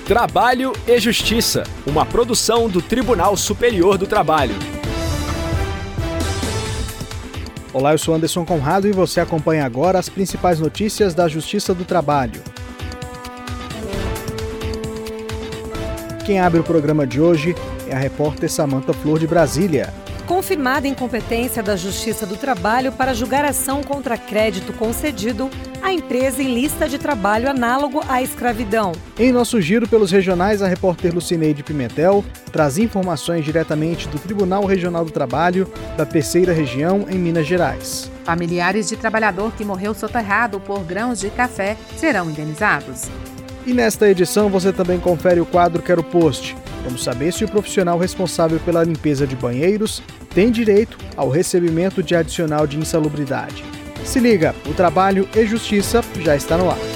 Trabalho e Justiça, uma produção do Tribunal Superior do Trabalho. Olá, eu sou Anderson Conrado e você acompanha agora as principais notícias da Justiça do Trabalho. Quem abre o programa de hoje é a repórter Samantha Flor de Brasília. Confirmada a incompetência da Justiça do Trabalho para julgar ação contra crédito concedido à empresa em lista de trabalho análogo à escravidão. Em nosso giro pelos regionais, a repórter Lucineide Pimentel traz informações diretamente do Tribunal Regional do Trabalho da Terceira Região, em Minas Gerais. Familiares de trabalhador que morreu soterrado por grãos de café serão indenizados. E nesta edição você também confere o quadro Quero Post. Vamos saber se o profissional responsável pela limpeza de banheiros tem direito ao recebimento de adicional de insalubridade. Se liga, o Trabalho e Justiça já está no ar.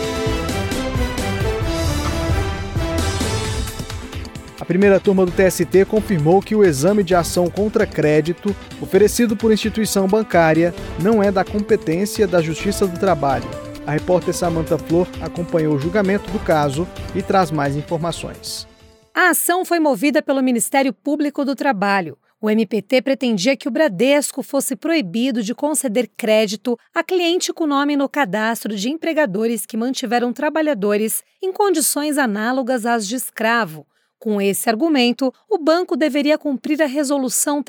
A primeira turma do TST confirmou que o exame de ação contra crédito oferecido por instituição bancária não é da competência da Justiça do Trabalho. A repórter Samantha Flor acompanhou o julgamento do caso e traz mais informações. A ação foi movida pelo Ministério Público do Trabalho. O MPT pretendia que o Bradesco fosse proibido de conceder crédito a cliente com nome no cadastro de empregadores que mantiveram trabalhadores em condições análogas às de escravo. Com esse argumento, o banco deveria cumprir a Resolução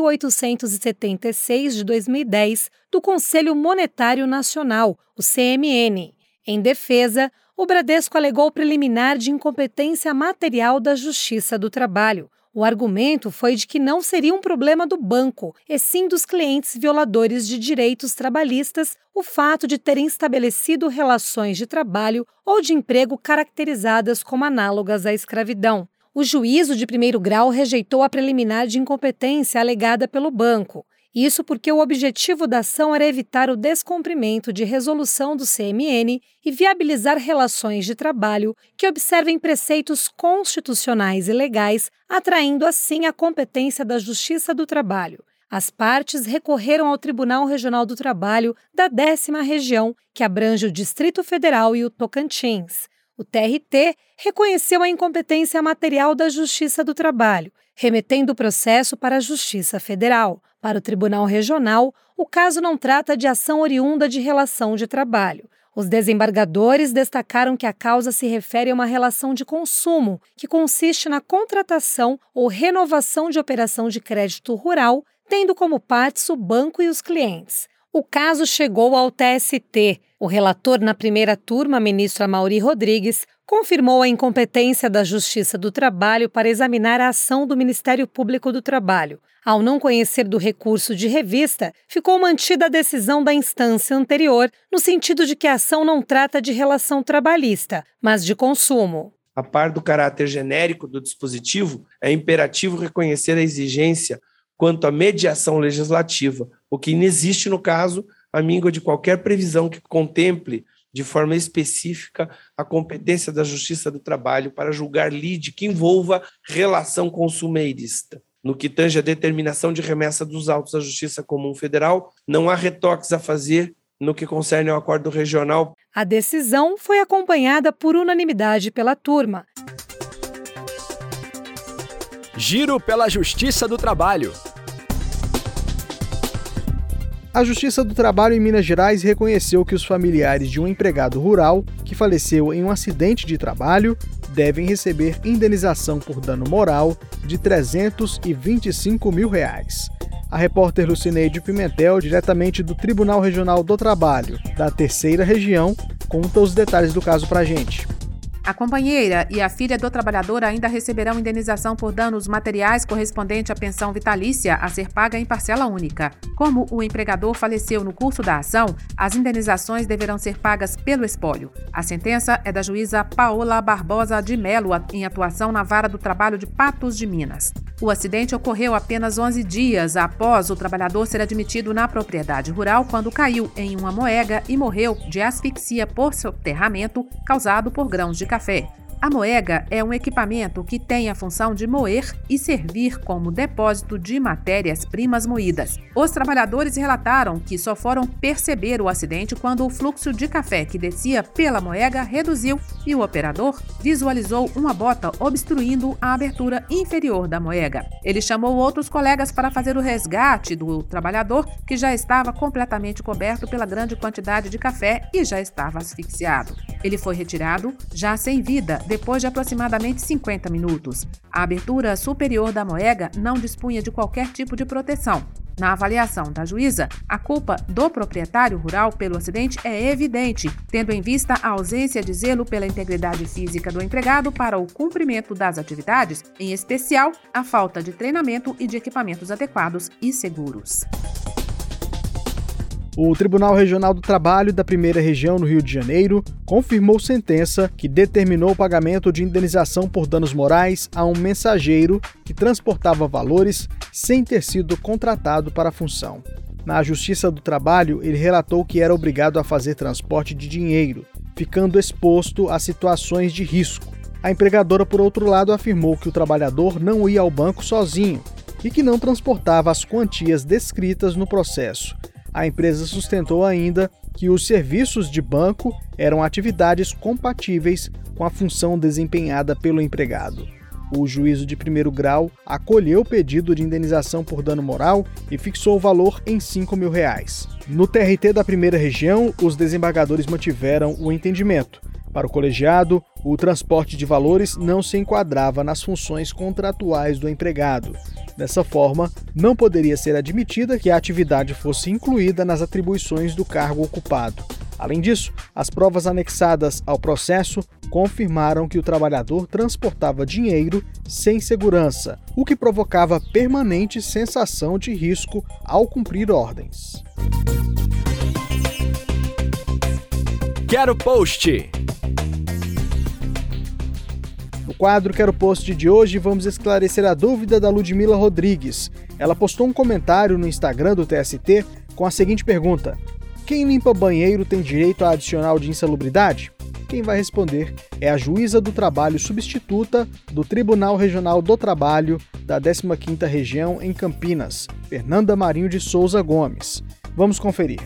3.876 de 2010 do Conselho Monetário Nacional, o CMN. Em defesa, o Bradesco alegou preliminar de incompetência material da Justiça do Trabalho. O argumento foi de que não seria um problema do banco, e sim dos clientes violadores de direitos trabalhistas o fato de terem estabelecido relações de trabalho ou de emprego caracterizadas como análogas à escravidão. O juízo de primeiro grau rejeitou a preliminar de incompetência alegada pelo banco. Isso porque o objetivo da ação era evitar o descumprimento de resolução do CMN e viabilizar relações de trabalho que observem preceitos constitucionais e legais, atraindo assim a competência da Justiça do Trabalho. As partes recorreram ao Tribunal Regional do Trabalho da 10ª Região, que abrange o Distrito Federal e o Tocantins. O TRT reconheceu a incompetência material da Justiça do Trabalho, remetendo o processo para a Justiça Federal. Para o Tribunal Regional, o caso não trata de ação oriunda de relação de trabalho. Os desembargadores destacaram que a causa se refere a uma relação de consumo, que consiste na contratação ou renovação de operação de crédito rural, tendo como partes o banco e os clientes. O caso chegou ao TST. O relator na primeira turma, ministro Amaury Rodrigues, confirmou a incompetência da Justiça do Trabalho para examinar a ação do Ministério Público do Trabalho. Ao não conhecer do recurso de revista, ficou mantida a decisão da instância anterior, no sentido de que a ação não trata de relação trabalhista, mas de consumo. A par do caráter genérico do dispositivo, é imperativo reconhecer a exigência quanto à mediação legislativa, o que inexiste no caso, à míngua de qualquer previsão que contemple de forma específica a competência da Justiça do Trabalho para julgar lide que envolva relação consumeirista. No que tange à determinação de remessa dos autos à Justiça Comum Federal, não há retoques a fazer no que concerne ao acordo regional. A decisão foi acompanhada por unanimidade pela turma. Giro pela Justiça do Trabalho. A Justiça do Trabalho em Minas Gerais reconheceu que os familiares de um empregado rural que faleceu em um acidente de trabalho devem receber indenização por dano moral de R$ 325 mil. A repórter Lucineide Pimentel, diretamente do Tribunal Regional do Trabalho da Terceira Região, conta os detalhes do caso pra gente. A companheira e a filha do trabalhador ainda receberão indenização por danos materiais correspondente à pensão vitalícia a ser paga em parcela única. Como o empregador faleceu no curso da ação, as indenizações deverão ser pagas pelo espólio. A sentença é da juíza Paola Barbosa de Melo, em atuação na Vara do Trabalho de Patos de Minas. O acidente ocorreu apenas 11 dias após o trabalhador ser admitido na propriedade rural quando caiu em uma moega e morreu de asfixia por soterramento causado por grãos de café. A moega é um equipamento que tem a função de moer e servir como depósito de matérias-primas moídas. Os trabalhadores relataram que só foram perceber o acidente quando o fluxo de café que descia pela moega reduziu e o operador visualizou uma bota obstruindo a abertura inferior da moega. Ele chamou outros colegas para fazer o resgate do trabalhador, que já estava completamente coberto pela grande quantidade de café e já estava asfixiado. Ele foi retirado, já sem vida, depois de aproximadamente 50 minutos. A abertura superior da moega não dispunha de qualquer tipo de proteção. Na avaliação da juíza, a culpa do proprietário rural pelo acidente é evidente, tendo em vista a ausência de zelo pela integridade física do empregado para o cumprimento das atividades, em especial a falta de treinamento e de equipamentos adequados e seguros. O Tribunal Regional do Trabalho da 1ª Região no Rio de Janeiro confirmou sentença que determinou o pagamento de indenização por danos morais a um mensageiro que transportava valores sem ter sido contratado para a função. Na Justiça do Trabalho, ele relatou que era obrigado a fazer transporte de dinheiro, ficando exposto a situações de risco. A empregadora, por outro lado, afirmou que o trabalhador não ia ao banco sozinho e que não transportava as quantias descritas no processo. A empresa sustentou ainda que os serviços de banco eram atividades compatíveis com a função desempenhada pelo empregado. O juízo de 1º grau acolheu o pedido de indenização por dano moral e fixou o valor em R$ 5.000. No TRT da 1ª Região, os desembargadores mantiveram o entendimento. Para o colegiado, o transporte de valores não se enquadrava nas funções contratuais do empregado. Dessa forma, não poderia ser admitida que a atividade fosse incluída nas atribuições do cargo ocupado. Além disso, as provas anexadas ao processo confirmaram que o trabalhador transportava dinheiro sem segurança, o que provocava permanente sensação de risco ao cumprir ordens. Quero Post! No quadro Quero Post de hoje, vamos esclarecer a dúvida da Ludmila Rodrigues. Ela postou um comentário no Instagram do TST com a seguinte pergunta: quem limpa banheiro tem direito a adicional de insalubridade? Quem vai responder é a juíza do trabalho substituta do Tribunal Regional do Trabalho da 15ª Região em Campinas, Fernanda Marinho de Souza Gomes. Vamos conferir.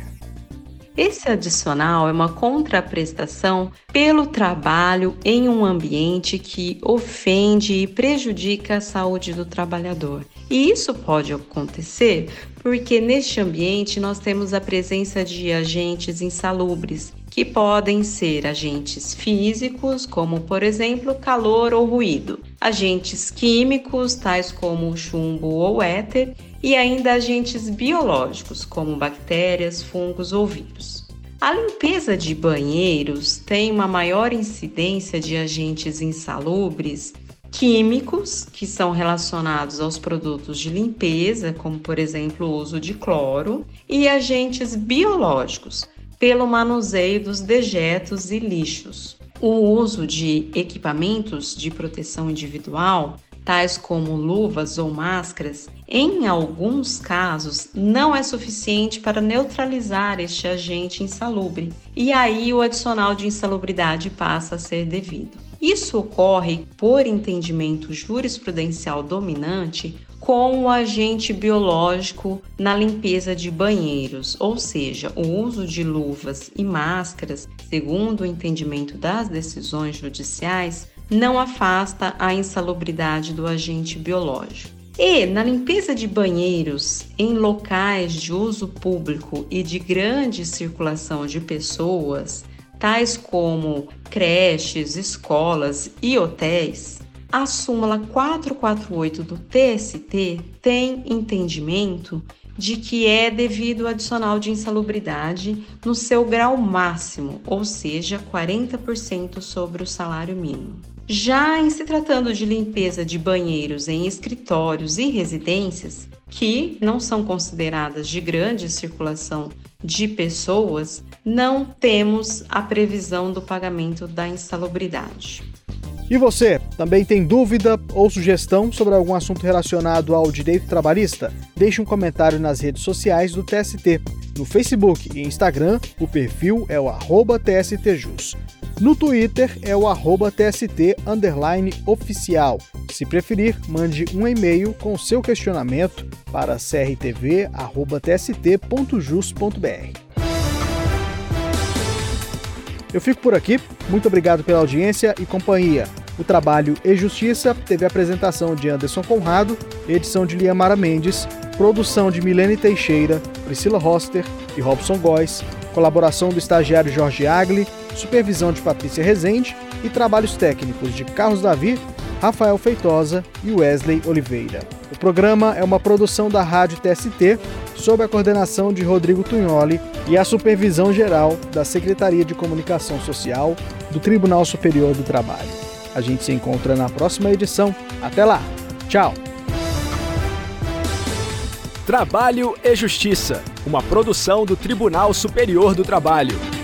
Esse adicional é uma contraprestação pelo trabalho em um ambiente que ofende e prejudica a saúde do trabalhador. E isso pode acontecer porque neste ambiente nós temos a presença de agentes insalubres, que podem ser agentes físicos, como por exemplo calor ou ruído, agentes químicos, tais como chumbo ou éter, e ainda agentes biológicos, como bactérias, fungos ou vírus. A limpeza de banheiros tem uma maior incidência de agentes insalubres químicos, que são relacionados aos produtos de limpeza, como por exemplo o uso de cloro, e agentes biológicos, pelo manuseio dos dejetos e lixos. O uso de equipamentos de proteção individual, tais como luvas ou máscaras, em alguns casos não é suficiente para neutralizar este agente insalubre, e aí o adicional de insalubridade passa a ser devido. Isso ocorre por entendimento jurisprudencial dominante com o agente biológico na limpeza de banheiros, ou seja, o uso de luvas e máscaras, segundo o entendimento das decisões judiciais, não afasta a insalubridade do agente biológico. E na limpeza de banheiros em locais de uso público e de grande circulação de pessoas, tais como creches, escolas e hotéis, a súmula 448 do TST tem entendimento de que é devido ao adicional de insalubridade no seu grau máximo, ou seja, 40% sobre o salário mínimo. Já em se tratando de limpeza de banheiros em escritórios e residências, que não são consideradas de grande circulação de pessoas, não temos a previsão do pagamento da insalubridade. E você, também tem dúvida ou sugestão sobre algum assunto relacionado ao direito trabalhista? Deixe um comentário nas redes sociais do TST. No Facebook e Instagram, o perfil é o @TSTJus. No Twitter é o @TST_oficial. Se preferir, mande um e-mail com seu questionamento para crtv@tst.jus.br. Eu fico por aqui, muito obrigado pela audiência e companhia. O Trabalho e Justiça teve a apresentação de Anderson Conrado, edição de Liamara Mendes, produção de Milene Teixeira, Priscila Roster e Robson Góes, colaboração do estagiário Jorge Agli, supervisão de Patrícia Rezende e trabalhos técnicos de Carlos Davi, Rafael Feitosa e Wesley Oliveira. O programa é uma produção da Rádio TST, sob a coordenação de Rodrigo Tunholi e a supervisão geral da Secretaria de Comunicação Social do Tribunal Superior do Trabalho. A gente se encontra na próxima edição. Até lá! Tchau! Trabalho e Justiça, uma produção do Tribunal Superior do Trabalho.